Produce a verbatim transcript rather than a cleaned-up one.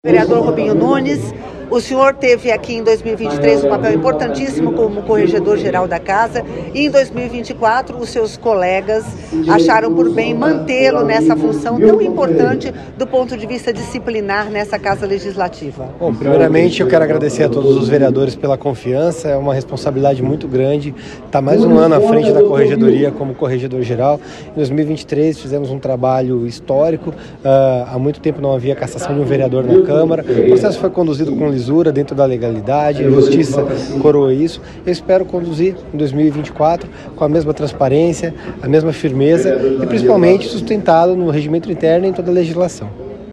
Vereador Rubinho Nunes, o senhor teve aqui em dois mil e vinte e três um papel importantíssimo como corregedor-geral da casa e em dois mil e vinte e quatro os seus colegas acharam por bem mantê-lo nessa função tão importante do ponto de vista disciplinar nessa casa legislativa. Bom, primeiramente eu quero agradecer a todos os vereadores pela confiança, é uma responsabilidade muito grande, está mais um ano à frente da corregedoria como corregedor-geral. Em dois mil e vinte e três fizemos um trabalho histórico, uh, há muito tempo não havia cassação de um vereador na Câmara, o processo foi conduzido com lisura, dentro da legalidade, a Justiça coroou isso. Eu espero conduzir em dois mil e vinte e quatro com a mesma transparência, a mesma firmeza e principalmente sustentado no regimento interno e em toda a legislação.